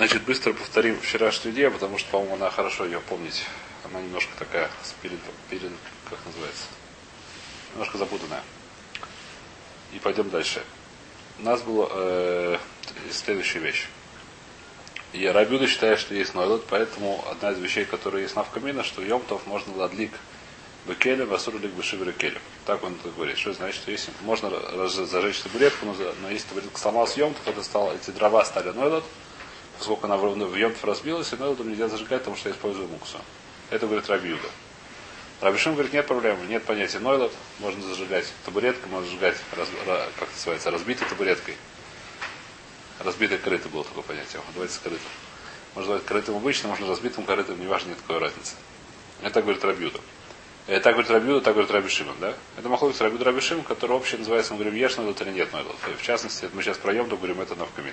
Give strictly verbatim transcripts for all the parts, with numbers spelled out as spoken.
Значит, быстро повторим вчерашнюю идею, потому что, по-моему, она хорошо ее помнить. Она немножко такая, перед, перед, как называется, немножко запутанная. И пойдем дальше. У нас была э, следующая вещь. И Рабиуда считает, что есть нойлот, поэтому одна из вещей, которые есть навкамина, что йомтов можно ладлик бекелем, асурлик бешивер келем. Так он это говорит. Что значит, что если можно зажечь табуретку, но, но если табуретка сломалась йомтов, это стало, эти дрова стали нойлот, поскольку она в, в йомтов разбилась, и нойлотом нельзя зажигать, потому что я использую муксу. Это говорит Рабиуда. Рабишим говорит, нет проблем, нет понятия нойлот, можно зажигать табуреткой, можно зажигать, раз, как называется, разбитой табуреткой. Разбитое корыто было такое понятие. Называется корыто. Можно называть корытом обычным, можно разбитым корытом, неважно, нет такой разницы. Это говорит Рабиуда. Это говорит Рабиуда, так говорит Раби Шимон, да? Это махлокис Рабиуда Раби Шимон, который общий называется, мы говорим, ешь нойлот или нет нойлот. В частности, это мы сейчас про йом, то говорим, это навкамин.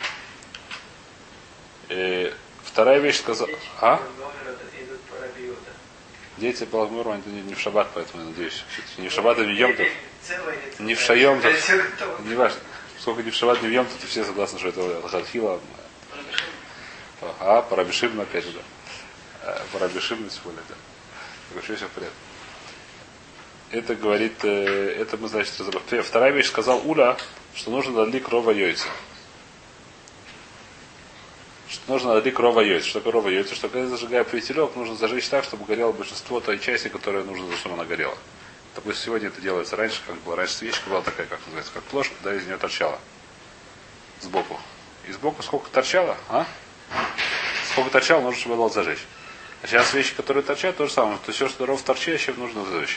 Вторая вещь сказала. А? Дети по Лагмуру, они не в шаббат, поэтому я надеюсь. Не в шаббат, а не в йомтов. Не в шайомтов. Не важно. Сколько не в шаббат, не в йомтов, то все согласны, что это Лахатхила. А, по Раби Шимону опять же, да. По Раби Шимону сегодня, да. Так вообще все в порядке. Это говорит, это мы, значит, разобрали. Вторая вещь сказал Уля, что нужно дали крова яйца. Что нужно дали крова яйца. Что такое рова яйца? Что когда я зажигаю фитилек, нужно зажечь так, чтобы горело большинство той части, которая нужно, чтобы она горела. Допустим, сегодня это делается раньше, как было. Раньше свечка была такая, как называется, как плошка, да, из нее торчала. Сбоку. И сбоку сколько торчало, а? Сколько торчало, нужно, чтобы было зажечь. А сейчас свечи, которые торчат, то же самое. То есть все, что ров торчащее, нужно зажечь.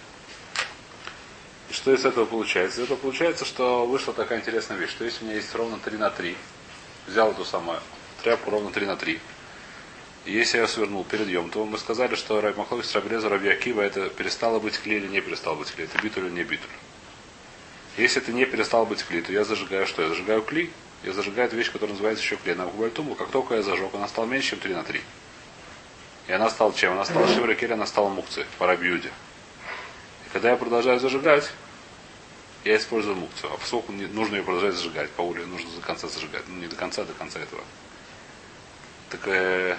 И что из этого получается? Из этого получается, что вышла такая интересная вещь, что если у меня есть ровно три на три, взял эту самую тряпку ровно три на три, и если я свернул перед ем, то мы сказали, что Махлокис Рабелеза Раби Акива это перестало быть клей или не перестало быть клей, это битуль или не битуль. Если это не перестало быть клей, то я зажигаю что? Я зажигаю клей, я зажигаю эту вещь, которая называется еще клей. На Губальтуму, как только я зажег, она стала меньше, чем три на три. И она стала чем? Она стала шивра кель, она стала мукцией, по Рабиуде. И когда я продолжаю зажигать, я использую мукцию. А поскольку нужно ее продолжать зажигать, по улице нужно до конца зажигать. Ну не до конца, до конца этого. Так, э,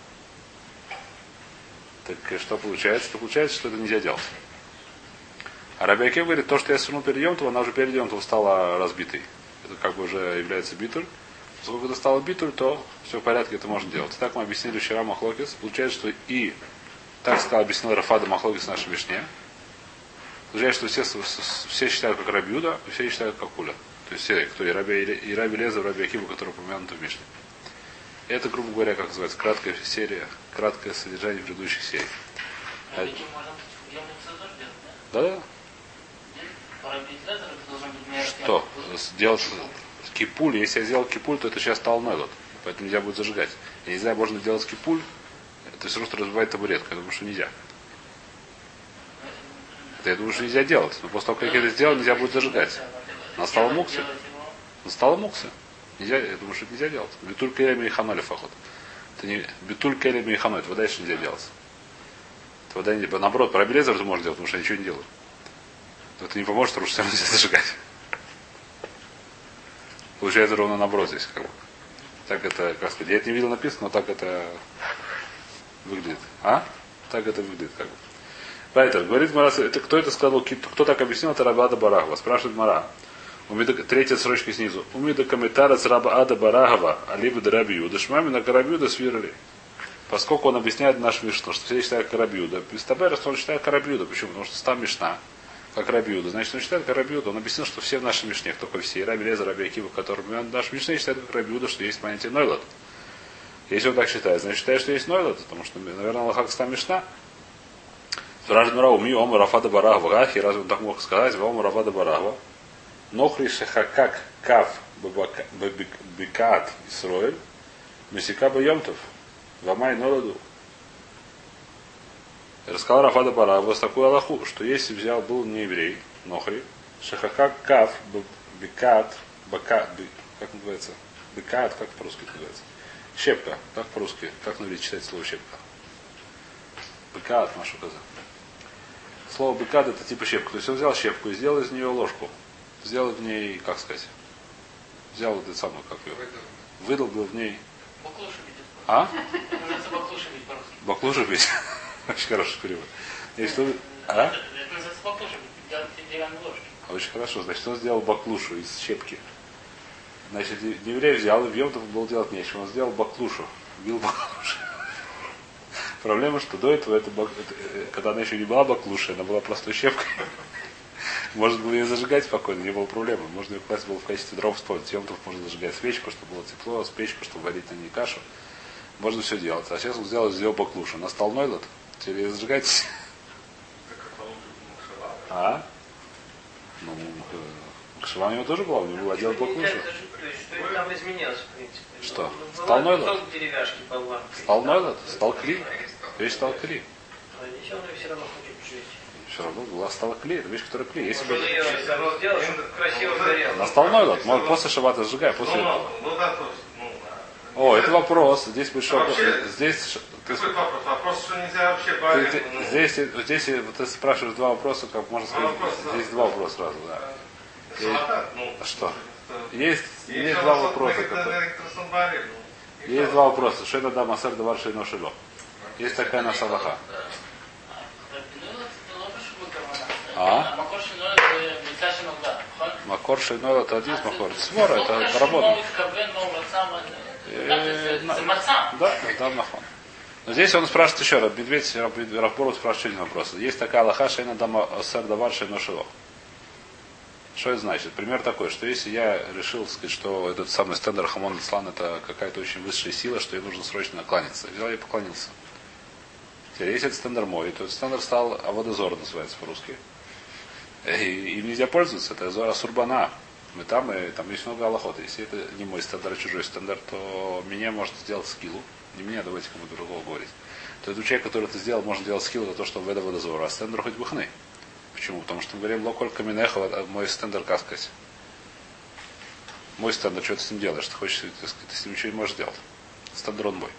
так э, что получается? То получается, что это нельзя делать. А Раби Акива говорит, то, что я свернул перед Йомтовым, она уже перед Йомтовым стала разбитой. Это как бы уже является битуль. Поскольку это стало битуль, то все в порядке, это можно делать. И так мы объяснили вчера Махлокис. Получается, что и так сказал, объяснил Рафада Махлокис в нашей Мишне. Получается, что все, все считают как Рабиуда, и все считают как Уля. То есть все, кто и Раби, и Раби Леза, и Раби Акива, которые упомянуты в Мишне. Это, грубо говоря, как называется, краткая серия, краткое содержание предыдущих серий. А... Да, да. Что? Сделать кипуль. Если я сделал кипуль, то это сейчас стал нойлот. Поэтому нельзя будет зажигать. Я не знаю, можно делать кипуль. Это все равно, что разбивает табуретку. Я думаю, что нельзя. Это я думаю, что нельзя делать. Но после того, как я это сделал, нельзя будет зажигать. Она стала муксы. Она стала муксы. Нельзя, я думаю, что это нельзя делать. Битуль келеми и ханоль фахот. Это не битуль келеми и ханоль. Это вода еще нельзя делать. Это вода не... Наоборот, про Абелезер это можно делать, потому что я ничего не делаю. Но это не поможет, потому что все равно нельзя зажигать. Получается ровно наоборот здесь. Как бы. Так это, как сказать, я это не видел написано, но так это выглядит. А? Так это выглядит, как бы. Поэтому, говорит Мара, это, кто это сказал, кто так объяснил, это Раба Ада Барахова. Спрашивает Мара. Третья строчка снизу. Умида комментарец Раба Ада Барахова, алибо де Рабиуда, шмами на Карабиуда свирали. Поскольку он объясняет наш Мишну, что все считают Карабиуда. Бестабер, он считает Карабиуда. Почему? Потому что там Мишна, как Рабиуда. Значит, он считает Карабиуда. Он объяснил, что все в нашей Мишне, только все, и Раби Леза, Раби Акива, которые в нашей Мишне считают как Рабиуда, что есть понятие Нойлот. Если он так считает, значит, считает, что есть Нойлот, потому что, наверное, Аллахак там Мишна. Спрашивает Мара, уми ому Рафада Барахва, гахи, разве он так мог сказать, ому Рафада Барахва. Нохри шехакак кав бекат Исроэль, месика байомтов, вамай ноладу. Рассказал Рафада Барахва с такой Аллаху, что если взял, был не еврей, Нохри, шехакак кав бекат, бакат, как называется, бекат, как по-русски называется? Щепка, как по-русски, как на иврите читать слово щепка? Бекат, машу каза. Слово бекат это типа щепка. То есть он взял щепку и сделал из нее ложку. Сделал в ней, как сказать, взял вот эту самую, как ее, выдолбил в ней. Баклушек. А? Баклуша бить. Очень хороший перевод. И что... А? Очень хорошо. Значит, он сделал баклушу из щепки. Значит, не еврей взял, и в Йом Тов было делать нечего. Он сделал баклушу. Бил баклушу. Проблема, что до этого, это, это, когда она еще не была баклушей, она была простой щепкой. Можно было ее зажигать спокойно, не было проблемы. Можно ее класть было в качестве дров использовать. Йом Тов можно зажигать свечку, чтобы было тепло, спечку, чтобы варить на ней кашу. Можно все делать. А сейчас он сделал, сделал баклушу. Настал Нойлот. Теперь ее зажигать. А? Ну, Кшива у него тоже была, у него была делать баклушу. Там изменилось, в принципе. Что? Стал Нойлот? Стал Нойлот? Стал Кли? Вещь стала Кли. Все равно хочет жить. Все равно была стала Кли. Это вещь, которая Кли. Если бы... Красиво горел. Настал Нойлот. Может, после Шаббата сжигай, после этого. О, это вопрос. Здесь большой вопрос. Здесь... Какой вопрос? Вопрос, что нельзя вообще парить. Здесь, здесь, здесь ты спрашиваешь два вопроса, как можно сказать. Здесь два вопроса сразу, да. И, что? Есть, есть два вопроса. Которые... Есть два вопроса. Что это да масер давар шейно шило? Есть такая наша алаха. А? Макор шейно это один из макор. Свора это работа. Да, да, нахон. Но здесь он спрашивает еще раз. Медведь Рафбору спрашивает еще один вопрос. Есть такая алаха шейна дама сэр давар шейно шило. Что это значит? Пример такой, что если я решил сказать, что этот самый стендер Хамон Ислан это какая-то очень высшая сила, что ей нужно срочно кланяться. Взял и поклонился. Теперь если этот стендер мой, то этот стендер стал Аводозор, называется по-русски. И им нельзя пользоваться, это Зора Сурбана. Мы там, и там есть много аллахот. Если это не мой стендер, а чужой стендер, то меня может сделать скиллу. Не меня, давайте кому-то другого говорить. То этот человек, который это сделал, может делать скиллу за то, что он в это Аводозор, а стендер хоть бухны. Почему? Потому что мы говорим, локоль каминеха, мой стендер, как сказать. Мой стендер, что ты с ним делаешь? Ты хочешь, ты, ты с ним ничего не можешь делать. Стендер он мой.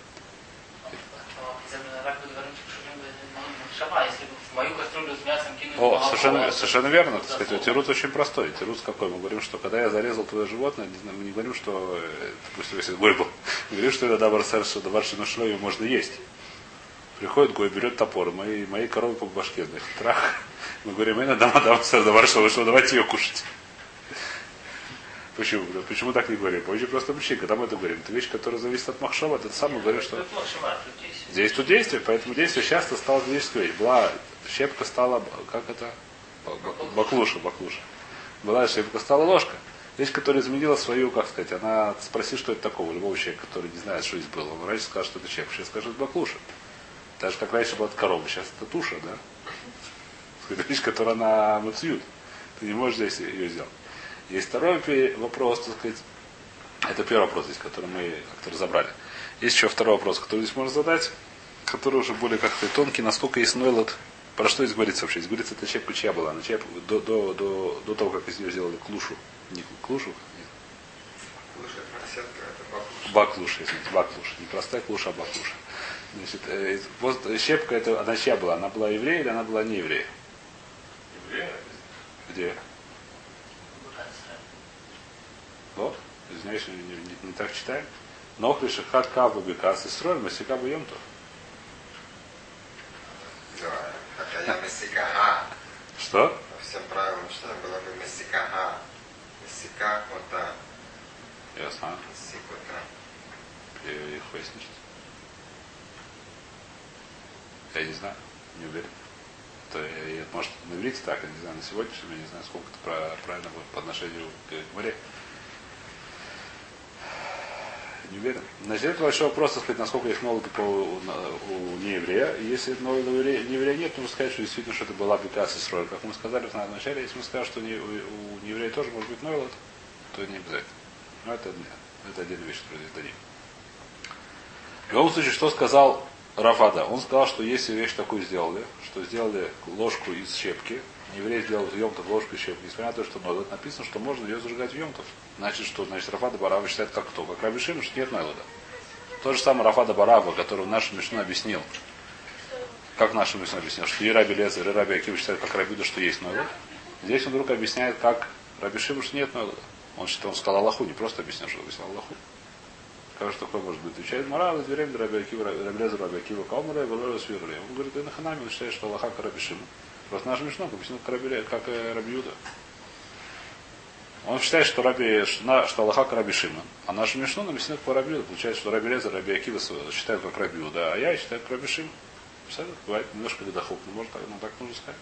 О, совершенно, совершенно верно. Так сказать, тирус очень простой. Тирус какой? Мы говорим, что когда я зарезал твое животное, мы не говорим, что, допустим, если гой был, мы говорим, что это дабар сэрша, дабар шиношло, ее можно есть. Приходит гой, берет топор, мои, мои коровы по башке, значит, трах. Мы говорим, это дама, дама, сэр, дабар шиношло, давайте ее кушать. Почему? Почему так не говорим? По очень простой причине. Когда мы это говорим, это вещь, которая зависит от махшава, это самое говорим, что здесь тут действие, поэтому действие часто стало физической вещь. Была щепка, стала, как это? Баклуша, баклуша. Была щепка, стала ложка. Вещь, которая изменила свою, как сказать, она спроси, что это такого, любого человека, который не знает, что здесь было. Он раньше скажет, что это щепка, сейчас скажет баклуша. Так же, как раньше была корова, сейчас это туша, да? Это вещь, которая на мацьют. Ты не можешь здесь ее сделать. Есть второй вопрос, так сказать, это первый вопрос здесь, который мы как-то разобрали. Есть еще второй вопрос, который здесь можно задать, который уже более как-то тонкий, насколько есть нойлот. Про что здесь говорится вообще? Здесь говорится, это щепка чья была? Она чья, до, до, до, до того, как из нее сделали клушу. Не клушу? Нет. Баклуша, извините, баклуша. Не простая клуша, а баклуша. Значит, э, вот щепка, это, она чья была? Она была еврея или она была не еврея? Еврея? Где? Вот, извиняюсь, не, не, не, не так читаем. Нохли шахат каву бекас и строй масика бьемтов. Что? По всем правилам читаем, было бы месикаха. Месика кота. Ясно. Месикота. Их выяснить. Я не знаю, не уверен. Это, я, может, на иврите так, я не знаю, на сегодняшнем, я не знаю, сколько это правильно будет по отношению к море. Не уверен. Значит, это большой вопрос, так сказать, насколько есть ноут по, у, у нееврея. И если ноут у нееврея нет, то можно сказать, что действительно, что это была бекас и сроль. Как мы сказали в самом начале, если мы скажем, что не, у, у нееврея тоже может быть ноут, то это не обязательно. Но это, это отдельная вещь, которую здесь дадим. В любом случае, что сказал Рафада? Он сказал, что если вещь такую сделали, что сделали ложку из щепки, еврей сделал в Йомтов ложку из щепки, несмотря на то, что нойлот, написано, что можно ее зажигать в Йомтов. Значит, что? Значит, Рафада Барава считает как кто? Как Раби Шимон, что нет нойлота. То же самое Рафада Барава, который в нашем Мишну объяснил, как в нашем Мишну объяснил, что и Раби Лезер, и Раби Акива считают, как Раби Юда, что есть нойлот. Здесь он вдруг объясняет, как Раби Шимон, что нет нойлота. Он считал, он сказал Аллаху, не просто объяснял, что объяснял Аллаху. Как же такое может быть? Отвечает Мара, дверем Рабиакива, Рабилезер Рабиакива Калмара, Валера Свирли. Он говорит, и на Ханаме он считает, что Аллаха Карабишима. Просто наш Мишна объяснил, как Раби Юда. Он считает, что, Раби, что Аллаха Раби Шимон, а наш Мишну объяснил по Раби Юда. Получается, что Раби Лезер, Раби Акива считают как Раби Юда, а я считаю как Раби Шимон. Бывает немножко ледохук, но может так, но так нужно сказать.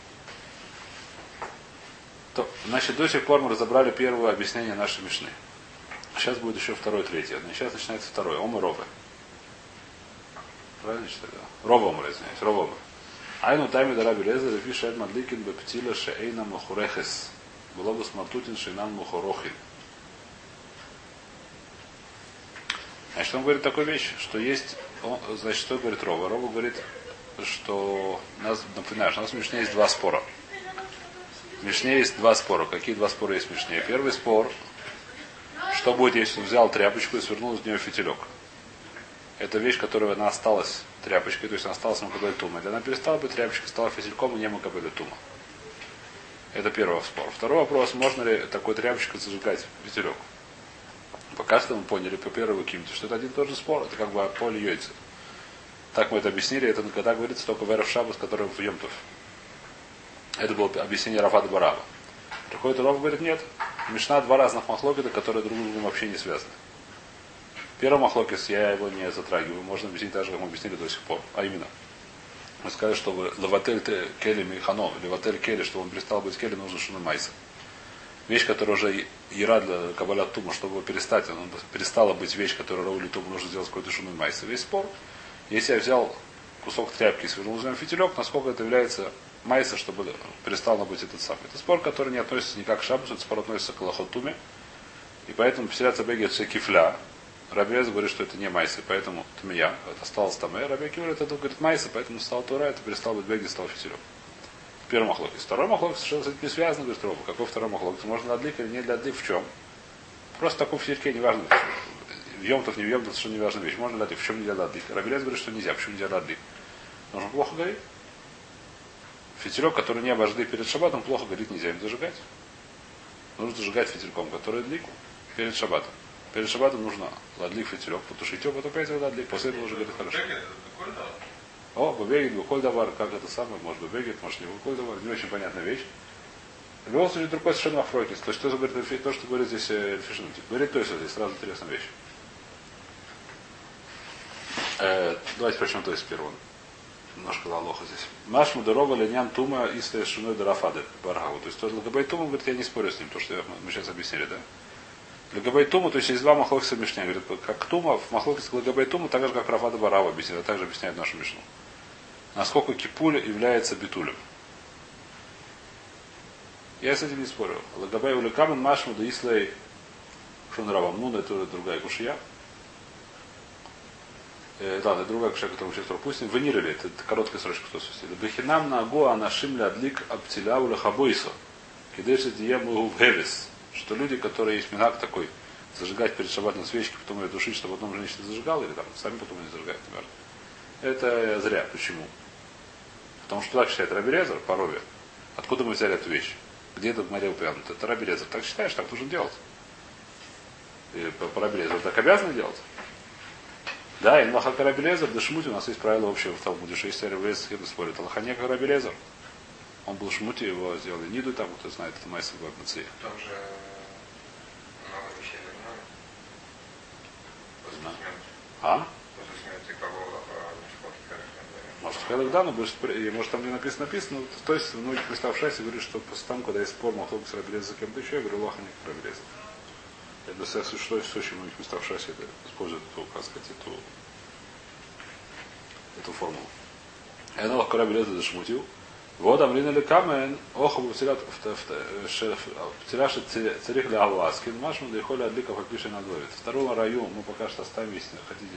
То, значит, до сих пор мы разобрали первое объяснение нашей Мишны. Сейчас будет еще второе, третье. Сейчас начинается второе. Омы Ровы. Правильно читали? Рова Омы, извиняюсь. Рова Омы. Айну тайми да Раби Лезер, и фиш эль мадликин бептила шеэйна мухурехес. Было бы смартутин шейнан мухурохин. Значит, он говорит такую вещь, что есть... Он, значит, что говорит Рова? Рова говорит, что у нас, напоминаю, у нас в Мишне есть два спора. В Мишне есть два спора. Какие два спора есть в Мишне? Первый спор, что будет, если он взял тряпочку и свернул из нее фитилек. Это вещь, которая она осталась тряпочкой, то есть она осталась макабель тума. Если она перестала быть тряпочкой, стала фитильком и не макабель тума. Это первый спор. Второй вопрос, можно ли такой тряпочкой зажигать фитилек. Пока что мы поняли по первому кимте, что это один и тот же спор. Это как бы поле яйца. Так мы это объяснили. Это когда говорится только в Эрев Шаббас, который в Йомтов. Это было объяснение Рафада Барава. Приходит Ров, говорит, нет. Мишна два разных махлокита, которые друг с другом вообще не связаны. Первый махлокис, я его не затрагиваю. Можно объяснить так же, как мы объяснили до сих пор. А именно, мы сказали, чтобы лаватель кели мейхано, лаватель кели, чтобы он перестал быть кели, нужно шуны майса. Вещь, которая уже ира для кабаля тума, чтобы перестать, она перестала быть вещь, которая раули тума, нужно сделать какой-то шуны майса. Весь спор. Если я взял кусок тряпки и свернул за фитилек, насколько это является майса, чтобы перестал быть этот самый. Это спор, который не относится никак к шаббасу, это спор относится к лохотуме. И поэтому поселяться беги все кифля. Раби Лезер говорит, что это не майса, поэтому тмия, это осталось там. Раби Акива говорит, это говорит майса, поэтому стал тура, это перестал быть беги, стал фитилек. Первый махлокис. Второй махлокис совершенно с этим не связан, говорит Роба. Какой второй махлокис? Можно для длик или не для длик в чем? Просто такой в фитильке не важно. В Йомтов, не в Йомтов, совершенно не важная вещь. Можно для длик. В чем нельзя для длик? Раби Лезер говорит, что нельзя. Почему нельзя для длик? Нужно плохо горит. Фитилек, который не обожгли перед шаббатом, плохо горит, нельзя им зажигать. Нужно зажигать фитильком, который длику перед шаббатом. Перед шаббатом нужно ладлик фитилек, потушить его, потом опять его ладлик, после этого уже говорит хорошо. О, бабегит, бухоль давар, как это самое, может бабегит, может не бухоль давар, не очень понятная вещь. В любом случае, другой совершенно афрокис. То есть, то, что говорит, то, что говорит здесь Эльфишин, говорит, то есть, здесь сразу интересная вещь. Э, давайте прочтем то есть первого. Немножко лалоха здесь. Маш мударова ленян тума и совершенной дарафады баргаву. То есть, тот лагабай тума, говорит, я не спорю с ним, то, что мы сейчас объяснили, да? Лагабай тума, то есть, есть два махлокиса в Мишне. Говорит, как тума, в махлокисе лагабай тума, так же, как Рафада Барава объяснили, также объясняет нашу Мишну. Насколько кипуля является битулем. Я с этим не спорю. Лагабай уликамен машму да ислей шунравам. Ну, это другая кушия. Э, ладно, это другая кушия, которую мы сейчас пропустим. Венирили, это, это короткая срочка, кто сустили. Бехинам на агуа анашим лядлик аптиляу лахабойсо. Кидеши диему в гевис. Что люди, которые есть минак такой, зажигать перед шаббатом свечки, потом ее душить, чтобы потом женщина зажигала, или там сами потом не зажигают, наверное. Это зря. Почему? Потому что так считает Раби Лезер по Рове. Откуда мы взяли эту вещь? Где это в Маре упомянуто? Это Раби Лезер. Так считаешь, так нужно делать. И по, по Раби Лезеру так обязаны делать. Да, и Лахака Раби Лезер, да шмути, у нас есть правило общее в Талмуде, что если Раби Лезер спорит, Лаханека Раби Лезер. Он был шмути, его сделали Ниду, там, кто знает, это Майса в Агнации. В том же много вещей вернули. После смерти. А? После смерти кого может, в да, но может, может там не написано, написано. То есть, ну, представь Шаси говорит, что там, когда есть спор, махлокис Раби Лезер за кем-то еще, я говорю, Лаханек Раби Лезер. Это существует в очень многих местах в Шасе, используют эту, как сказать, эту, эту формулу. И она легко Раби Лезер зашмутил. Вот Амрина Лекамен, ох, потеряши царих для Алласкин, машму да и холя адликов опиши на двоит. Второго раю мы пока что оставим, если хотите.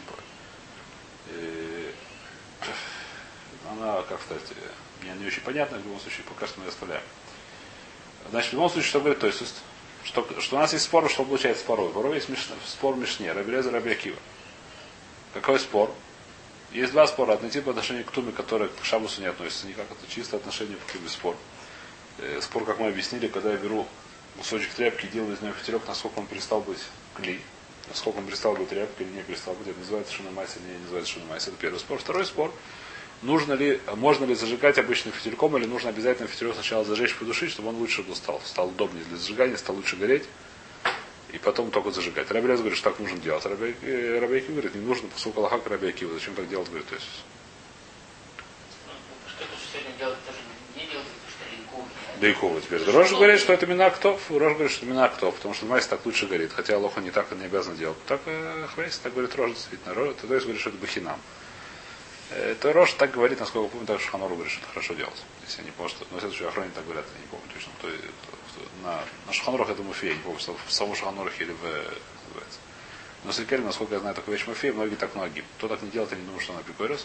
Она, как сказать, мне не очень понятна, в любом случае, пока что мы ее оставляем. Значит, в любом случае, что говорит, то есть, что, что у нас есть спор, что получается спорой. Порой есть миш, спор в Мишне, Раби Лезер, Раби Акива. Какой спор? Есть два спора. Одни тип по отношению к туме, которые к шабусу не относятся никак. Это чисто отношение к туме спор. Э, спор, как мы объяснили, когда я беру кусочек тряпки и делаю из него фитилек, насколько он перестал быть кли. Насколько он перестал быть тряпкой или не перестал быть, это называется шиномайс или не называется шиномайс. Это первый спор. Второй спор. Нужно ли, можно ли зажигать обычным фитильком, или нужно обязательно фитилек сначала зажечь, подушить, чтобы он лучше стал, стал удобнее для зажигания, стал лучше гореть, и потом только зажигать. Раби Элиэзер говорит, что так нужно делать. Раби Акива говорит, не нужно, поскольку Аллаха Раби Акива. Зачем так делать? Говорит, то есть... Что то, что сегодня делать, тоже не делать, потому что легко. Дейкова теперь. Рош говорит, что это минактов. Рош говорит, что минактов, потому что майс так лучше горит. Хотя Аллаха не так, не обязан делать. Так э, Хвейс так говорит Рош действительно. Рош, то есть говорит, что это бахинам. Это Рош так говорит, насколько я помню, так Шханору говорит, что это хорошо делать. Если я не помню, что... Но следующий охранник так говорят, я не помню точно, кто, кто, кто на, на Шханорах это Муфей, я не помню, что в самом Шханорах или в... Называется. Но Сикель, насколько я знаю, такую вещь Муфей, многие так многие. Кто так не делает, я не думаю, что она пикойрос.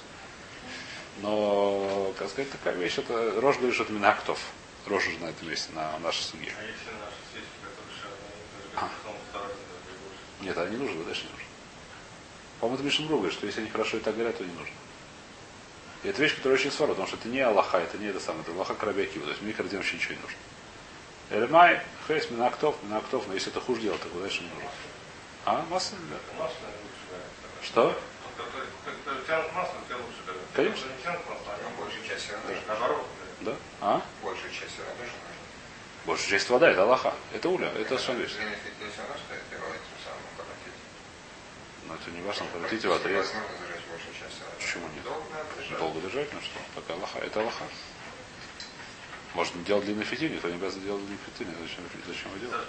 Но, как сказать, такая вещь, это Рош говорит, что это минактов. Рош уже на этом месте, на нашей суге. А если наши свечи, которые шарные, потом второй, да, Нет, они нужны, дальше не нужно. По-моему, это Мишин говорит, что если они хорошо и так горят, то не нужно. И это вещь, которая очень свара, потому что это не Аллаха, это не это самое, это Аллаха Раби Акива, то есть микродин вообще ничего не нужно. Эльмай, хейс, минактов, минактов, но если это хуже делать, то дальше не нужно. А, масло? Да. масло лучше горит. Что? Когда тянут масло, у тебя лучше горит. Конечно. Когда не тянут масло, Там они большую часть все равно нужно. наоборот. Да? А? Большую часть все равно нужно. Большая часть вода, это Аллаха. Это уля, это сам вещь. Длинный фитиль все равно, что это делает тем самым коротить. Но это не важно, коротить его, отрезать. Возможно зажечь большую часть все равно. Почему нет? Долго надо держать. Долго держать, ну что? Так Аллаха, это Аллаха. Можно делать длинный фитиль, никто не обязан делать длинный фитиль. Зачем, зачем его делать?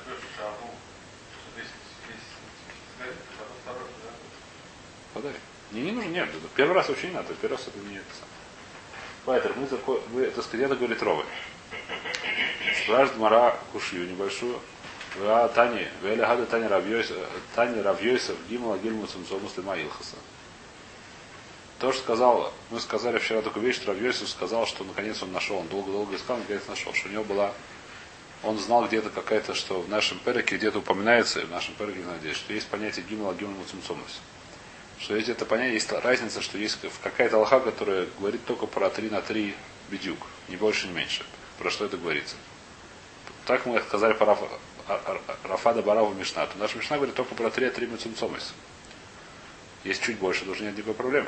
Подай. Не, не нужно, нет. Первый раз вообще не надо. Первый раз это не это самое. Вайтер, мы такой, вы, это сказать, это говорит Ровы. Спрашивает Мара кушью небольшую. Ва Тани, Веля Хада Тани Равьёйса, Тани Равьёйса, Гимала Гильму Цумцо Муслима Илхаса. То, что сказал, мы сказали вчера такую вещь, что Равьёйсов сказал, что наконец он нашел, он долго-долго искал, наконец нашел, что у него была, он знал где-то какая-то, что в нашем переке где-то упоминается, в нашем переке, надеюсь, что есть понятие Гимала Гильму Цумцомус. Что есть это понятие, есть разница, что есть какая-то алха, которая говорит только про три на три бедюк, не больше, не меньше. Про что это говорится. Так мы сказали про Раф, Рафада Бараву Мишна. То наша Мишна говорит только про три на три мецумцомис. Есть чуть больше, тоже нет никакой проблемы.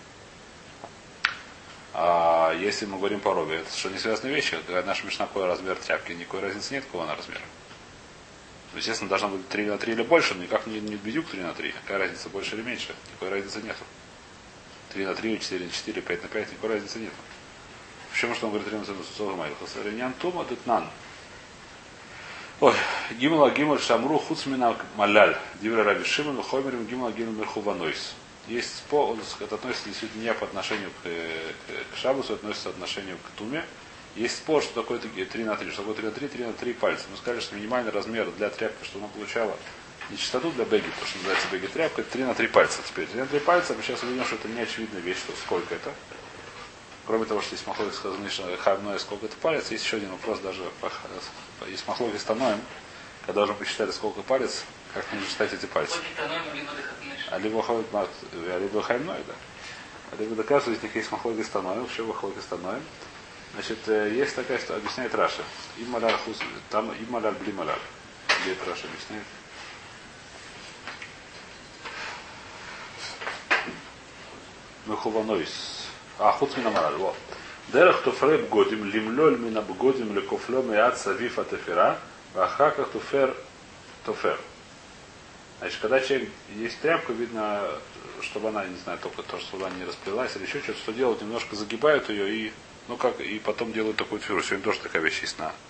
А если мы говорим по робе, это что не связанные вещи. Когда наша Мишна какой размер тряпки, никакой разницы нет, какого она размера. Естественно, должна быть три на три или больше, но никак не, не бедюк три на три. Какая разница, больше или меньше? Никакой разницы нет. три на три, четыре на четыре, пять на пять, никакой разницы нет. Почему что он говорит три на три на Нян Тума Детнан. Ой, Гимла Гимл Шамру Хуцмина Маляль. Дивра Раби Шимон, Хомерим Гимла Гимл Мерхуванойс. Есть спор, это относится действительно не по отношению к, к, к Шабусу, относится по отношению к Туме. Есть спор, что такое три на три, что такое три на три, три на три пальца. Мы сказали, что минимальный размер для тряпки, чтобы она получала нечистоту для беги, то, что называется беги тряпка, это три на три пальца. Теперь три на три пальца, мы сейчас увидим, что это не очевидная вещь, что сколько это. Кроме того, что есть махлоги сказано, что хайвное, сколько это палец, есть еще один вопрос, даже есть махлоги становим, когда уже посчитали, сколько палец, как нужно считать эти пальцы. А либо ходит а либо хайвное, да. А либо доказывает, что есть махлоги становим, все махлоги становим. Значит, есть такая, что объясняет Раша. И маляль хус, там и маляль бли маляль. Где это Раша объясняет? Мехуванойс. А, хуц мина маляль. Вот. Дерех туфреб годим, лимлёль мина бгодим, лекофлём и ад савифа тефера, ахаках туфер туфер. Значит, когда человек есть тряпка, видно, чтобы она, не знаю, только то, что она не расплелась или еще что-то, что делают, немножко загибают ее и ну как, и потом делают такую фигуру. Сегодня тоже такая вещь есть на.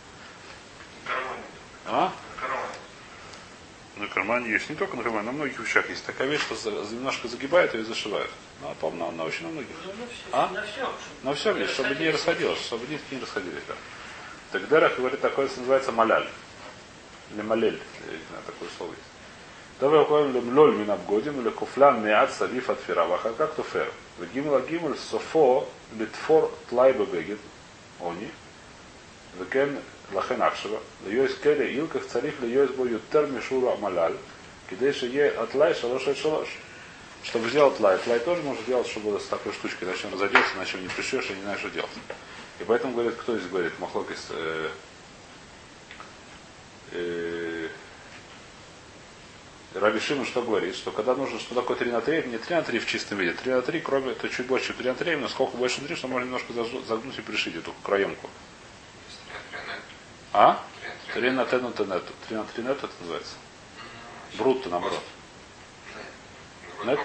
А? На кармане есть. Не только на кармане, на многих вещах есть такая вещь, что немножко загибают ее и зашивают. Ну, а по-моему, на, на очень на многих. Ну, на все, А? на все. На все вещь, чтобы не расходилось, чтобы нитки не расходились, да. Так Дерах говорит такое, что называется маляль. Или малель, я не знаю, такое слово есть. Давай уходим лемлоль минабгодим или куфлян миад савиф от фираваха, как туфер. Гимла гимл софо литфор тлайба бегет они. Векен лахен акшева. Льёйс келе илках царих льёйс бо ютер мишура маляль. Кидейши е атлай шалош от шалош. Чтобы сделать лай. Лай тоже можно делать, чтобы с такой штучкой, иначе он разойдется, иначе не пришьешь, и не знаешь, что делать. И поэтому говорит, кто здесь говорит, Махлокис, э, э, Раби Шимон что говорит? Что когда нужно, что такое три на три, не три на три в чистом виде, три на три, кроме, то чуть больше, чем три на три, но сколько больше три, что можно немножко загнуть и пришить эту краемку. А? три на три на нету. три на три нету это называется. Брутто, наоборот. Нет?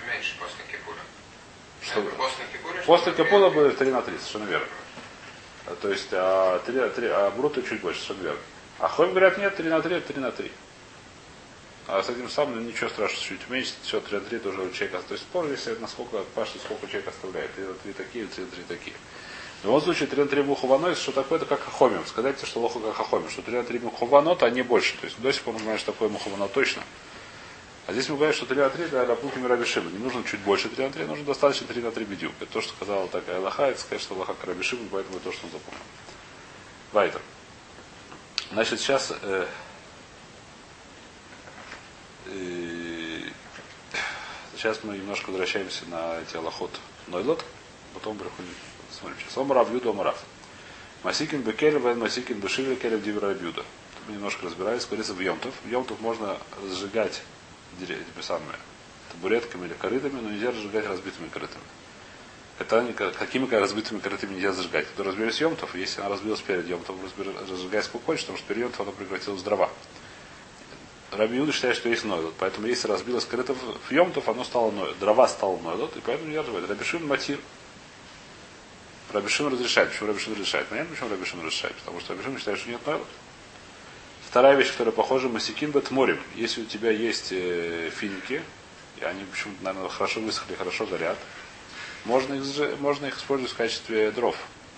Что? После Кипура будет три на три, совершенно верно. То есть, а, три, три, а брутто чуть больше, совершенно верно. А Хойм говорят, нет, три на три, три на три. А с этим самым ничего страшного, чуть уменьшить, все, три на три тоже у человека. То есть спор, если насколько Паши, сколько человек оставляет. три на три такие, три на три такие. В любом случае, три на три мухованой, что такое, это как хахомим. Сказать, что лоха как хахомим, что три на три мухованот, а не больше. То есть до сих пор мы знаем, что такое мухованот точно. А здесь мы говорим, что три на три для Рапухим и Раби Шимон. Не нужно чуть больше три на три, нужно достаточно три на три бедюк. Это то, что сказала такая Аллаха, это сказать, что Аллаха к Раби Шимон, поэтому это то, что он запомнил. Вайтер. Значит, сейчас э, э, сейчас мы немножко возвращаемся на эти Аллахот Нойлот, потом приходим, смотрим сейчас. Омар Авьюда, Омар Масикин Бекелев, Масикин Бешиве, Келев Дивер Авьюда. Мы немножко разбирались, говорится в Йомтов. В Йомтов можно разжигать эти самые табуретками или корытами, но нельзя разжигать разбитыми корытами. Это они, какими разбитыми корытами нельзя зажигать. Когда разбились Йомтов, если она разбилась перед Йомтов, разжигать сколько хочешь, потому что перед Йомтов она превратилась в дрова. Раби Юда считает, что есть нойлот. Поэтому если разбилось корыто в Йомтов, оно стало нойлот. Дрова стало нойлот, и поэтому нельзя разжигать. Раби Шимон матир. Раби Шимон разрешает. Почему Раби Шимон разрешает? Понятно, почему Раби Шимон разрешает? Потому что Раби Шимон считает, что нет нойлот. Вторая вещь, которая похожа, масикин бет морем. Если у тебя есть э, финики, и они почему-то, наверное, хорошо высохли, хорошо горят, можно их, можно их использовать в качестве дров.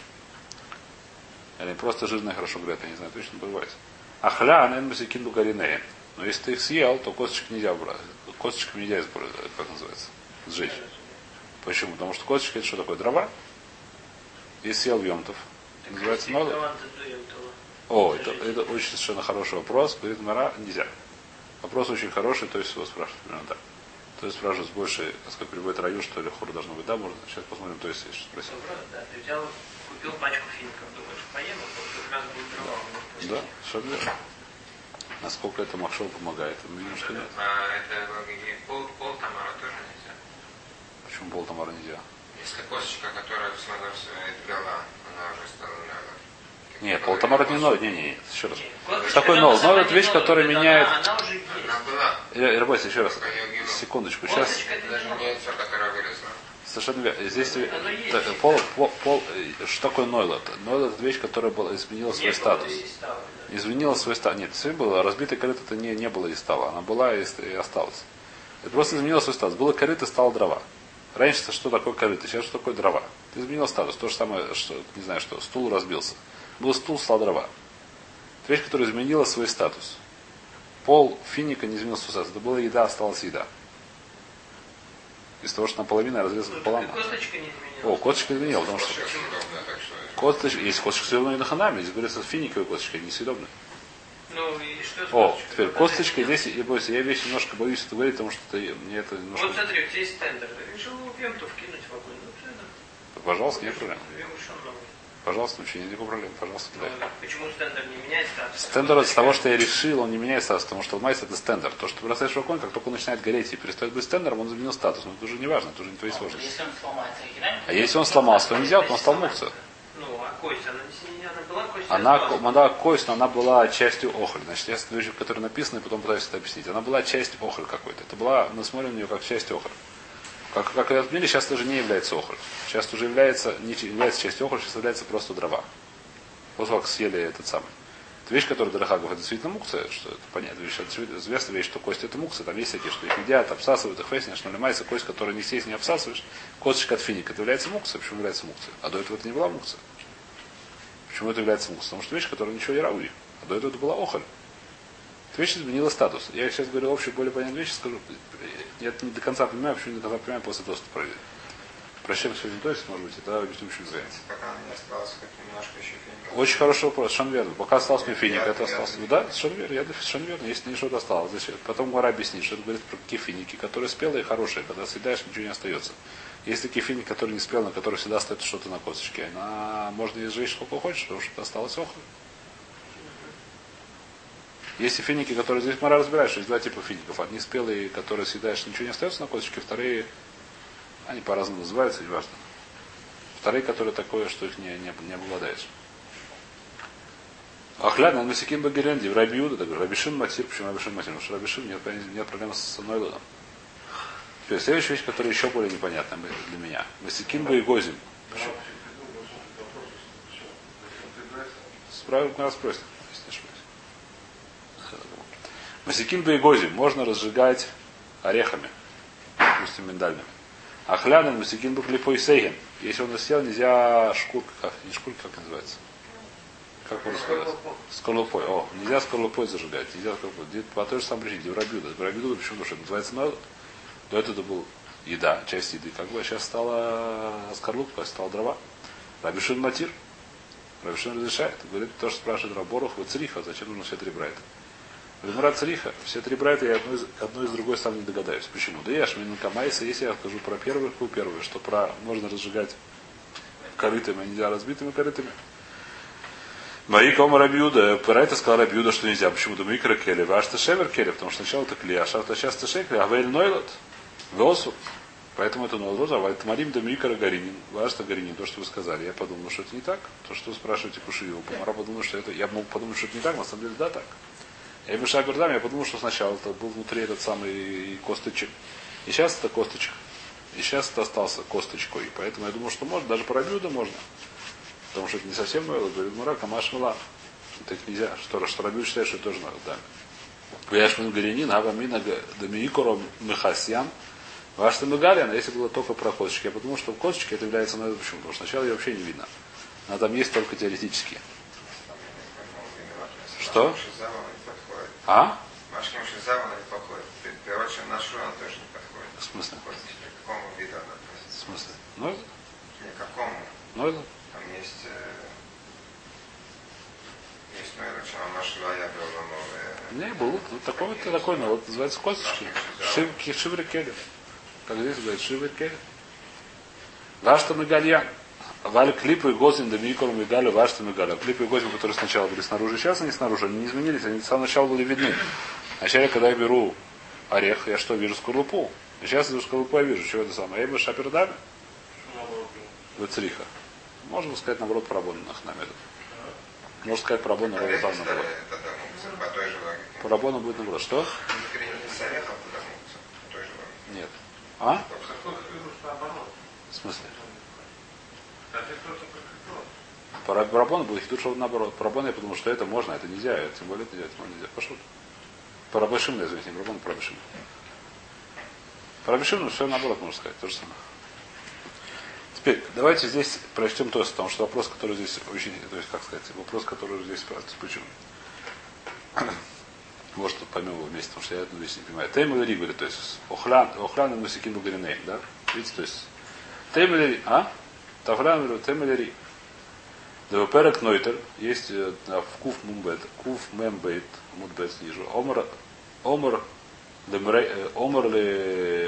Или просто жирные хорошо горят, я не знаю, точно бывает. Ахля, анен масикин бугаринея. Но если ты их съел, то косточек нельзя брать. Косточками нельзя использовать, как называется, сжечь. Почему? Потому что косточка это что такое? Дрова. Если съел Йомтов, называется нойлот. О, это, это очень совершенно хороший вопрос. Говорит Мара, нельзя. Вопрос очень хороший, то есть его спрашивают примерно так. То есть спрашивают с большей, как приводит раю, что ли хур должно быть, да, можно. Сейчас посмотрим, то есть что спросил. Да, ты взял, купил пачку фиников, думаешь, поем, а как раз будет дрова. Да, совершенно верно. Насколько это махшол помогает, мы видим, что нет. А это пол, пол тамара тоже нельзя. Почему пол тамара нельзя? Если косточка, которая отбила, она уже стала нойлот. Нет, пол тамара не нойлот. Не, не, не, еще раз. Что такое нойлот? Нойлот это вещь, которая меняет. Она уже есть. Она была. Рабойся, еще раз. Секундочку. Сейчас. Даже не яйцо, которое вылезло. Совершенно верно. Здесь так, пол, пол, пол, что такое нойлот? Нойлот это вещь, которая была, изменила свой Не статус. стало, да. Изменила свой статус. Нет, все было. Разбитая корыто это не, не было и стало. Она была и, и осталась. Это просто изменила свой статус. Было корыто, стало дрова. Раньше что такое корыто, сейчас что такое дрова. Ты изменил статус. То же самое, что, не знаю, что стул разбился. Был стул, стал дрова. Это вещь, которая изменила свой статус. Пол финика не изменил свой статус. Это была еда, осталась еда. Из-за того, что наполовину разрезался пополам. Косточка не изменилась. О, косточка не изменила, потому что... Косточка, есть косточка съедобная на ханаме. Здесь говорится, финиковая косточка, не съедобная. Ну и что с О, косточкой? теперь косточка здесь, я боюсь, я вещь немножко боюсь это говорить, потому что это, мне это немножко... Вот смотри, у тебя есть тендер. Ты решил в Йомтов кинуть в огонь. Ну, это... Пожалуйста, нет проблем. Еще много. Пожалуйста, вообще нет никакой проблемы. Пожалуйста, Ну, дай. почему стендер не меняет статус? Стендер от того, что я решил, он не меняет статус, потому что майс это стендер. То, что ты бросаешь в огонь, как только он начинает гореть и перестает быть стендером, он изменил статус. Но это уже не важно, это уже не твои сложности. Если он сломается, керамика. А если он сломался, то нельзя, то он стал мукция. Ну, а кость, она, не, она была кость? Она, она кость, но она была частью охоль. Значит, я вещи, которые написаны, и потом пытаюсь это объяснить. Она была часть охоль какой-то. Это была, мы смотрим на нее как часть охоль. Как, как в мире сейчас уже не является охоль. Сейчас уже является, не является частью охоль, сейчас является просто дрова. После как съели этот самый. Это вещь, которая Дарахагов, это действительно мукция, что это понятно, вещь, это известная вещь, что кость это мукция, там есть всякие, что их едят, обсасывают их, фейс, что ломается кость, которую не съесть, не обсасываешь, косточка от финика, это является мукцией. Почему является мукцией? А до этого это не была мукция. Почему это является мукцией? Потому что вещь, которая ничего не рауи. А до этого это была охоль. Эта вещь изменила статус. Я сейчас говорю общую, более понятную вещь, скажу, я не до конца понимаю, почему не до конца понимаю, после того, что проверю. Прощаем сегодня то есть, может быть, и тогда объясню, почему заняться. Пока она не осталась, как немножко еще фиников. Очень хороший вопрос, совершенно верно. Пока остался мне финик, это остался. Да, совершенно верно, я совершенно верно, если не что-то осталось. Зачем? Потом Гора объяснит, что это говорит про какие финики, которые спелые и хорошие, когда съедаешь, ничего не остается. Есть такие финики, которые не спелые, на которых всегда остается что-то на косточке. Она можно и сжечь сколько хочешь, потому что осталось охоть. Есть и финики, которые здесь Мара разбирает, что есть два типа фиников. Одни спелые, которые съедаешь, ничего не остается на косточке, вторые, они по-разному называются, не важно. Вторые, которые такое, что их не, не, не обладаешь. Ахляд, на Масикин Багиренди, в Раби Юда, так Рабишин Матир, почему Рабишин Матир? Потому что Рабишин нет, нет проблем с Нойлодом. Теперь следующая вещь, которая еще более непонятна для меня. Масикин Багозим. Справедливо нас спросят, если не ошибаюсь. Масикин Багозим можно разжигать орехами, допустим, миндальными. Ахлян, Масикин Баклипой Сейген. Если он съел, нельзя шкурка, как, не шкурка, как называется? Как можно сказать? Скорлупой. О, нельзя скорлупой зажигать. Нельзя скорлупой. По той же самой причине. В Рабиуда. В Рабиуда почему? Потому что это называется налог. До этого это был еда, часть еды. Как бы сейчас стала скорлупка, стала дрова. Рабишин Матир. Рабишин разрешает. Говорит, то, что спрашивает Раборох, вы цриха, зачем нужно все три брайта? Ремара цриха, все три брайта я одно из, одно из другой сам не догадаюсь. Почему? Да я шмин камайса, если я скажу про первую, про первую, что про можно разжигать корытами, а нельзя разбитыми корытами. Мои кома Рабиуда, про это сказал Рабиуда, что нельзя. Почему? Да микро келли, ваш ты шевер келли, потому что сначала это клея, а сейчас ты шекли, а вэль нойлот, весу. Поэтому это нойлот, а вальт марим да микро гаринин, ваш то гаринин, то, что вы сказали. Я подумал, что это не так. То, что вы спрашиваете Кушиеву, Помара подумал, что это, я мог подумать, что это не так, на самом деле, да, так. Я мешаю бердам, я подумал, что сначала это был внутри этот самый косточек. И сейчас это косточек. И сейчас это остался косточкой. Поэтому я думал, что можно, даже по Рабиуда можно. Потому что это не совсем нойло, говорит Мура, камаш мила. Это нельзя. Что, что Рабиуда считает, что это тоже нойло, да. Пуяшмин гаринин, авамина дамиикоро мехасьян. Ваш ты мегалиан, если было только про косточки. Я подумал, что в косточке это является нойло. Почему? Потому что сначала ее вообще не видно. Но там есть только теоретические. Что? А? Машким Шизавана не подходит. Короче, нашу она тоже не подходит. В смысле? К какому виду она относится? В смысле? Нойло? Не, к какому? Нойло? Там есть... Э, есть Нойло, что Машла я был новое. Не, был. Вот такой вот такой, но вот называется косточки. Шиври келли. Как здесь говорит, шиври келли. Вашта мегальян. Валь клипы и гозин да микро мегалю вашта мегалю. Клипы и гозин, которые сначала были снаружи, сейчас они снаружи, они не изменились, они с самого начала были видны. Вначале, когда я беру орех, я что, вижу скорлупу? И сейчас эту скорлупу я вижу. Чего это самое? Я бы шапердами? Выцриха. Можно сказать, наоборот, про абонных намедов. Можно сказать, про абонных ровно там наоборот. По рабону будет наоборот. Что? Нет. А? В смысле? По рабону будет хидуш наоборот. По рабону я подумал, что это можно, это нельзя, тем более это делать нельзя. Пошел. По рабашим, я извините, не рабону, по рабашим. По рабашим, ну все наоборот можно сказать, то же самое. Теперь, давайте здесь прочтем тост, потому что вопрос, который здесь очень, то есть, как сказать, вопрос, который здесь спрашивается, почему. Может, тут поймем его вместе, потому что я эту вещь не понимаю. Тейм или Ри, то есть, охран, охран и мусикин бугариней, да? Видите, то есть, Тейм или Ри, а? Тавран или Тейм или Ри. Девоперек Нойтер, есть в Куф Мумбет, Куф Мембет, Мудбет снижу, Омар, Омар, Омар ли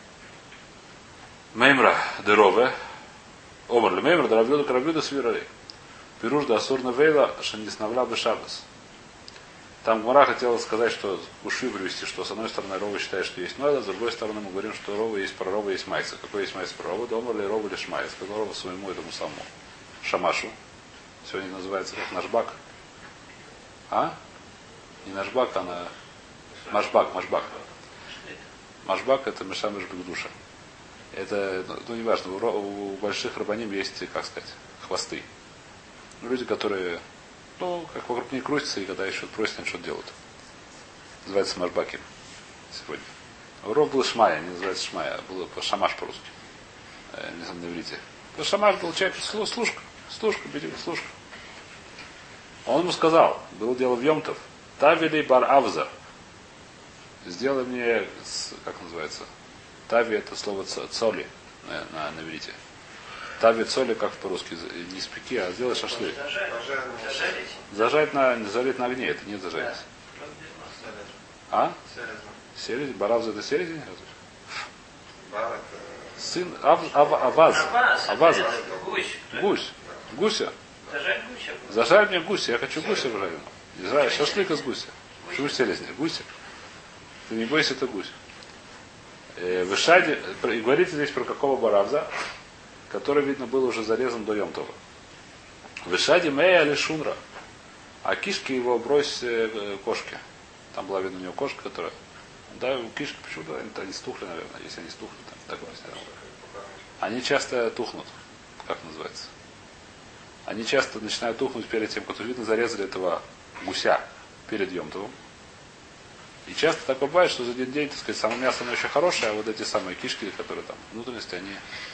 Мемра Дерове, Омар ли Мемра Дерове, Каравюда Свирали. Пируш да Асурна Вейла, Шандиснавла Бешабас. Там Гмара хотела сказать, что уши привести, что с одной стороны Рова считает, что есть Нойла, с другой стороны мы говорим, что Рова есть про Рова, есть Майса. Какой есть Майса про Рова? Да Омар ли Рова или Шмайс? Какой Рова своему этому самому Шамашу. Сегодня называется как Нашбак. А? Не Нашбак, а на... Машбак, Машбак. Машбак это Мешамеш Бекдуша. Это, ну не важно, у, у больших рабаним есть, как сказать, хвосты. Люди, которые, ну, как вокруг них крутятся, и когда еще просят, они что-то делают. Называется Машбаким сегодня. У Ров был Шмая, не называется Шмая, было Шамаш по-русски. Не знаю, на иврите. Шамаш был человек, служка. Служка, бедюк, служка. Он ему сказал, было дело в Йомтов, Тавили бар Авза. Сделай мне, как называется, Тави это слово цоли на, на, на верите. Тави цоли, как по-русски, не спеки, а сделай шашлык. Зажарить. Зажарить на, зажарить на огне, это не зажарить. А? Селезень? Баравза это селезень? Сын Ав, Ав, Аваз. Аваз. Гусь. Гусь. Гуся. Зажарь гуся. Зажарь мне гуся. Я хочу гуся жареного. Израиль. Шашлык из гуся. Гусь Почему селезни? Гуси? Ты не бойся, это гусь. Э, в Ишаде, и говорится здесь про какого баравза, который, видно, был уже зарезан до Йомтова. В Ишаде Мея или Шунра. А кишки его брось э, кошки. Там была, видно, у него кошка, которая... Да, у кишки почему-то они, они стухли, наверное, если они стухли, там, так объясняю. Они часто тухнут, как называется. Они часто начинают тухнуть перед тем, как, видно, зарезали этого гуся перед Йомтовым. И часто так бывает, что за один день, так сказать, само мясо оно еще хорошее, а вот эти самые кишки, которые там, внутренности, они...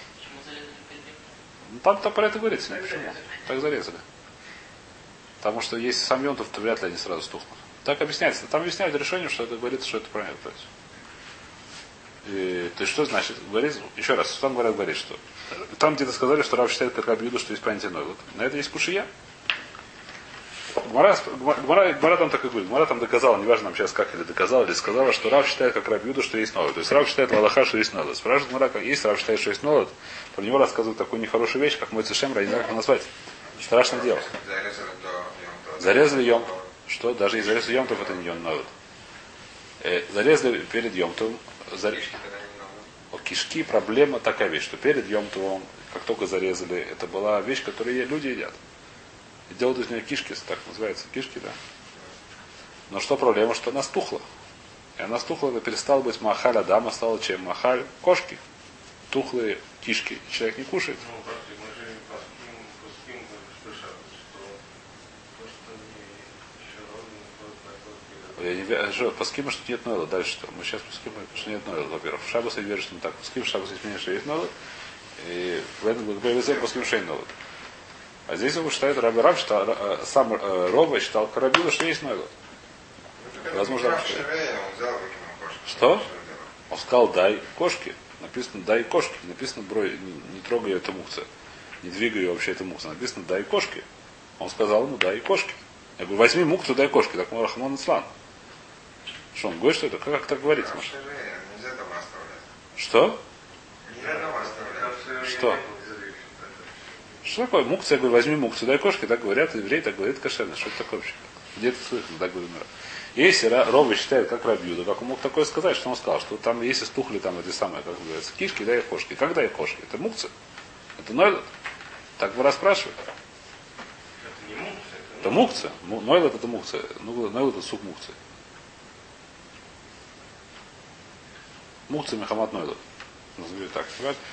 Ну, там, там про это говорится, не почему. Так зарезали. Потому что если сам Йомтов, то вряд ли они сразу стухнут. Так объясняется. Там объясняют решением, что это говорится, что это правильно. То есть, и, то есть что значит? Говорит, еще раз, там говорят, говорит, что там где-то сказали, что Рав считает, как Рабиуду, что есть понятие нойлот. На это есть кушия. Гмара, Гмара, Гмара там так и говорит. Гмара там доказала, неважно нам сейчас как или доказала, или сказала, что Рав считает, как Рабиуду, что есть нойлот. То есть Рав считает Лалаха, что есть нойлот. Спрашивает Гмара, как есть, Рав считает, что есть нойлот. Про него рассказывают такую нехорошую вещь, как мой цешемра, я не знаю, как его назвать. Страшное дело. Зарезали Йом. Что? Даже и зарезали Йомтов, это не нойлот. Э, зарезали перед Йомтовым. Зар... О, кишки, проблема такая вещь, что перед Йомтовым, как только зарезали, это была вещь, которую люди едят. И делают из нее кишки, так называется, кишки, да. Но что проблема, что она стухла. И она стухла, это перестала быть махаль адама, стала чем махаль кошки. Тухлые кишки. Человек не кушает. Я не верю, паскима, что нет нойла. Дальше что? Мы сейчас паскима, что нет нойла, во-первых. В Шаббас я верю, что не так. Паским, в Шаббас есть мнение, что есть нойла. И в этом благодаря паским, что есть нойла. А здесь его считает Раби Рав, что сам Рова считал Карабила, что есть нойла. Возможно, Рав считает. Что? Он сказал, дай кошки. Написано, дай кошки. Написано, брой, не, не трогай ее, это мукция. Не двигай ее, вообще, это мукция. Написано, дай кошки. Он сказал, ну дай кошки. Я говорю, возьми мукцию, дай кошки. Так мой Рахман Ислам. Что он говорит, что это? Как, как так говорить? Что? Что? Что такое? Мукция, я говорю, возьми мукцию, дай кошки. Так говорят, евреи так говорят, кошерно. Что это такое вообще? Где это слышно? Так говорю, если Рова считает, как Рабиуда, как он мог такое сказать, что он сказал, что там, если стухли там эти самые, как называется, кишки, дай их кошки. Как дай их кошки? Это мукция? Это нойлот? Так вы расспрашиваете? Это не мукция. Это мукция. Нойлот это мукция. Нойлот это сук мукции. Мукция Мехамат Нойлот. Назовем так.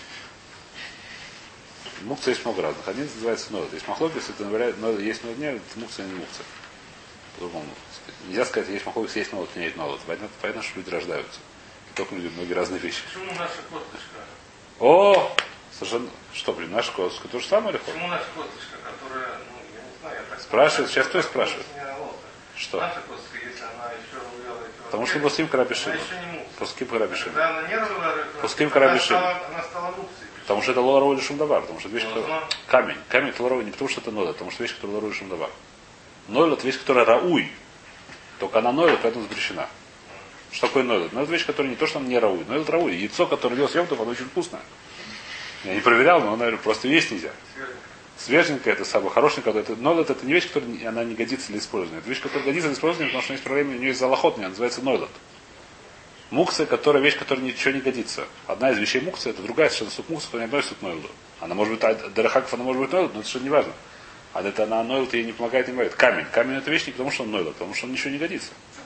Мукция есть много разных. Один называется нойлот. Есть махлокис, это нойлот есть нойлот, нет, это мукция, не мукция. По-другому. Нельзя сказать, есть махлокис, есть нойлот, нет нойлот. Понятно, что люди рождаются. И только люди, многие разные вещи. Почему наша косточка? О! Совершенно... Что, блин, наша косточка то же самое или Почему наша косточка, которая, ну, я не знаю, я так... Спрашивает, сейчас кто спрашивает? Что? Наша косточка, если она еще увела... Потому что Пуским Карабишин. Она еще не мукция. Пуским Карабишин. Когда она не развела... Пуским Карабишин. Она стала мукцией. Потому что это лоровый лишум давар. Потому что это вещь, которая... Камень. Камень это лоровый не потому, что это нойлот, потому что вещь, которая лоровый лишум давар. Нойлот это вещь, которая рауй. Только она нойлот, поэтому запрещена. Что такое нойлот? Нойлот вещь, которая не то, что она не рауй. Нойлот рауй. Яйцо, которое делал с Йомтов, оно очень вкусное. Я не проверял, но, наверное, просто есть нельзя. Свеженькая, это самое хорошенькое. Это, нойлот это не вещь, которая она не годится для использования. Это вещь, которая годится для использования, потому что есть проблема, у нее есть залохот, она называется нойлот. Мукция, которая вещь, которая ничего не годится. Одна из вещей мукции, это другая совершенно сук мукция, которая не относится к нойлоту. Она может быть, Дарахаков, она может быть нойлот, но это совершенно не важно. А это она нойлот ей не помогает, не говорит. Камень. Камень это вещь не потому, что он нойлот, потому что он ничего не годится.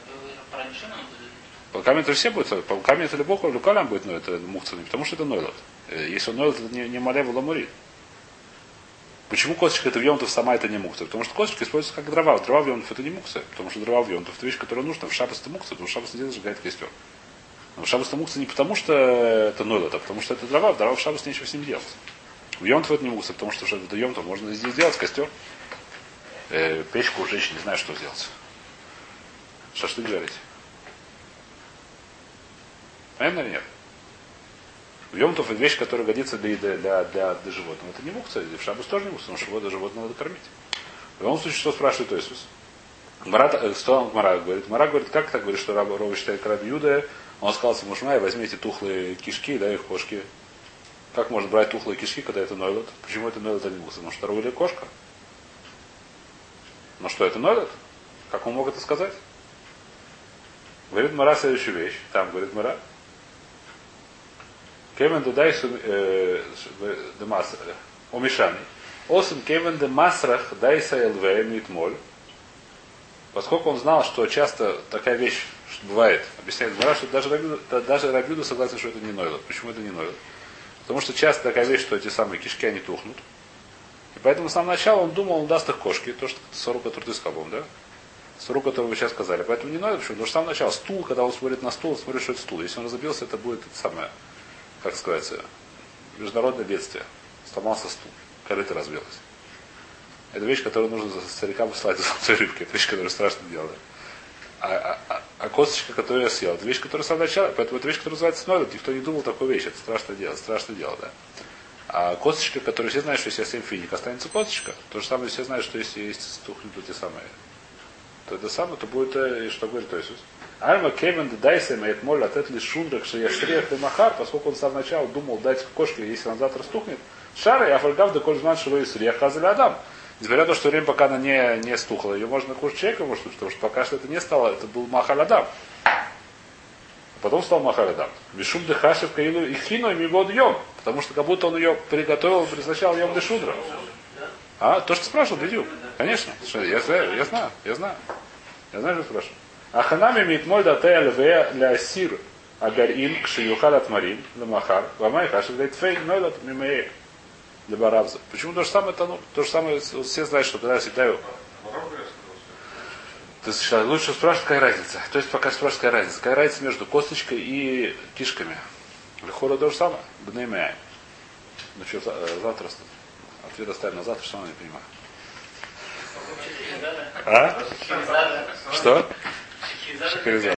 Камень это все будет, камень это любой, лукалям будет, но это мукция, не потому что это нойлот. Если он нойлот, это не, не малева ламури. Почему косточка это в Йомтов сама это не мукция? Потому что косточка используется как дрова. Дрова в Йомтов это не мукция. Потому что дрова в Йомтов это вещь, которая нужна. В Шаббас это мукция, потому что Шаббас не сжигает костер. Но в Шаббас это мукция не потому, что это нойлот, а потому что это дрова. Дрова в Шаббас нечего с ним делать. В Йомтов это не мукция, потому что в Йомтов можно здесь сделать костер. Э, печку у женщин не знаю, что сделать. Шашлык жарить. Понятно или нет? В Йомтов это вещь, которая годится для, для, для, для, для животного. Это не мукция. В Шаббас тоже не мукция, потому что животное, животное надо кормить. В любом случае, что спрашивает Тойсус? Что он Мара говорит? Мара говорит, как так говорит, что Рова считает Раби Юда? Он сказал Мушмай, возьмите тухлые кишки, да, их кошки. Как можно брать тухлые кишки, когда это нойлот? Почему это нойлот, а не мукция? Потому что Рова или кошка? Ну что, это нойлот? Как он мог это сказать? Говорит Мара следующую вещь. Там говорит Мара. Кевен дай демас умешанный. Осм кевен де масрах дайса элве митмоль. Поскольку он знал, что часто такая вещь что бывает, объясняет Мара, что даже Рабиуда, даже Рабиуда согласен, что это не нойлот. Почему это не нойлот? Потому что часто такая вещь, что эти самые кишки, они тухнут. И поэтому с самого начала он думал, он даст их кошке, то, что сорок, который ты сказал, да? сорок, который вы сейчас сказали. Поэтому не нойлот, почему? Потому что с самого начала стул, когда он смотрит на стул, он смотрит, что это стул. Если он разобился, это будет это самое, как сказать, международное бедствие. Сломался стул, корыто разбилось. Это вещь, которую нужно за старикам послать за золотой рыбкой. Это вещь, которую страшно делать. А, а, а косточка, которую я съел, это вещь, которая с самого начала, поэтому это вещь, которая называется нойлот. Никто не думал такую вещь. Это страшное дело, страшное дело, да. А косточка, которую все знают, что если я съем финик, останется косточка. То же самое все знают, что если есть стухнут эти самые, то это самое, то будет, э, что говорит Иисус. Альма кевен дайсем и моль от ли шундрак, что я шрех и махар, поскольку он с самого начала думал дать кошке, если он завтра стухнет, шара, я фаргав да коль знает, что есть рех хазали адам. Несмотря на то, что время, пока она не, не стухла, ее можно кушать человека, может, потому что пока что это не стало, это был махаль адам. А потом стал махаль адам. Мишум дехашев каилу и хину и мивод йом. Потому что как будто он ее приготовил, сначала йом дешудра. А? То, что спрашивал, Бедюк. Конечно. Я знаю, я знаю, я знаю. Я знаю, что спрашивал. Аханами митмоль датэ льве ля сир агарин кшиюхал атмарин ламахар вамай хашев лейтфей нойлат мимеэ для барабза. Почему то же самое, это, ну, то же самое, все знают, что когда я всегда его... Ты сейчас лучше спрашивать, какая разница. То есть пока спрашивать, какая разница. Какая разница между косточкой и кишками. Лихора то же самое. Бнеймяй. Ну что, завтра ответ оставим на завтра, что я не понимаю. А? Что? Шахерезада.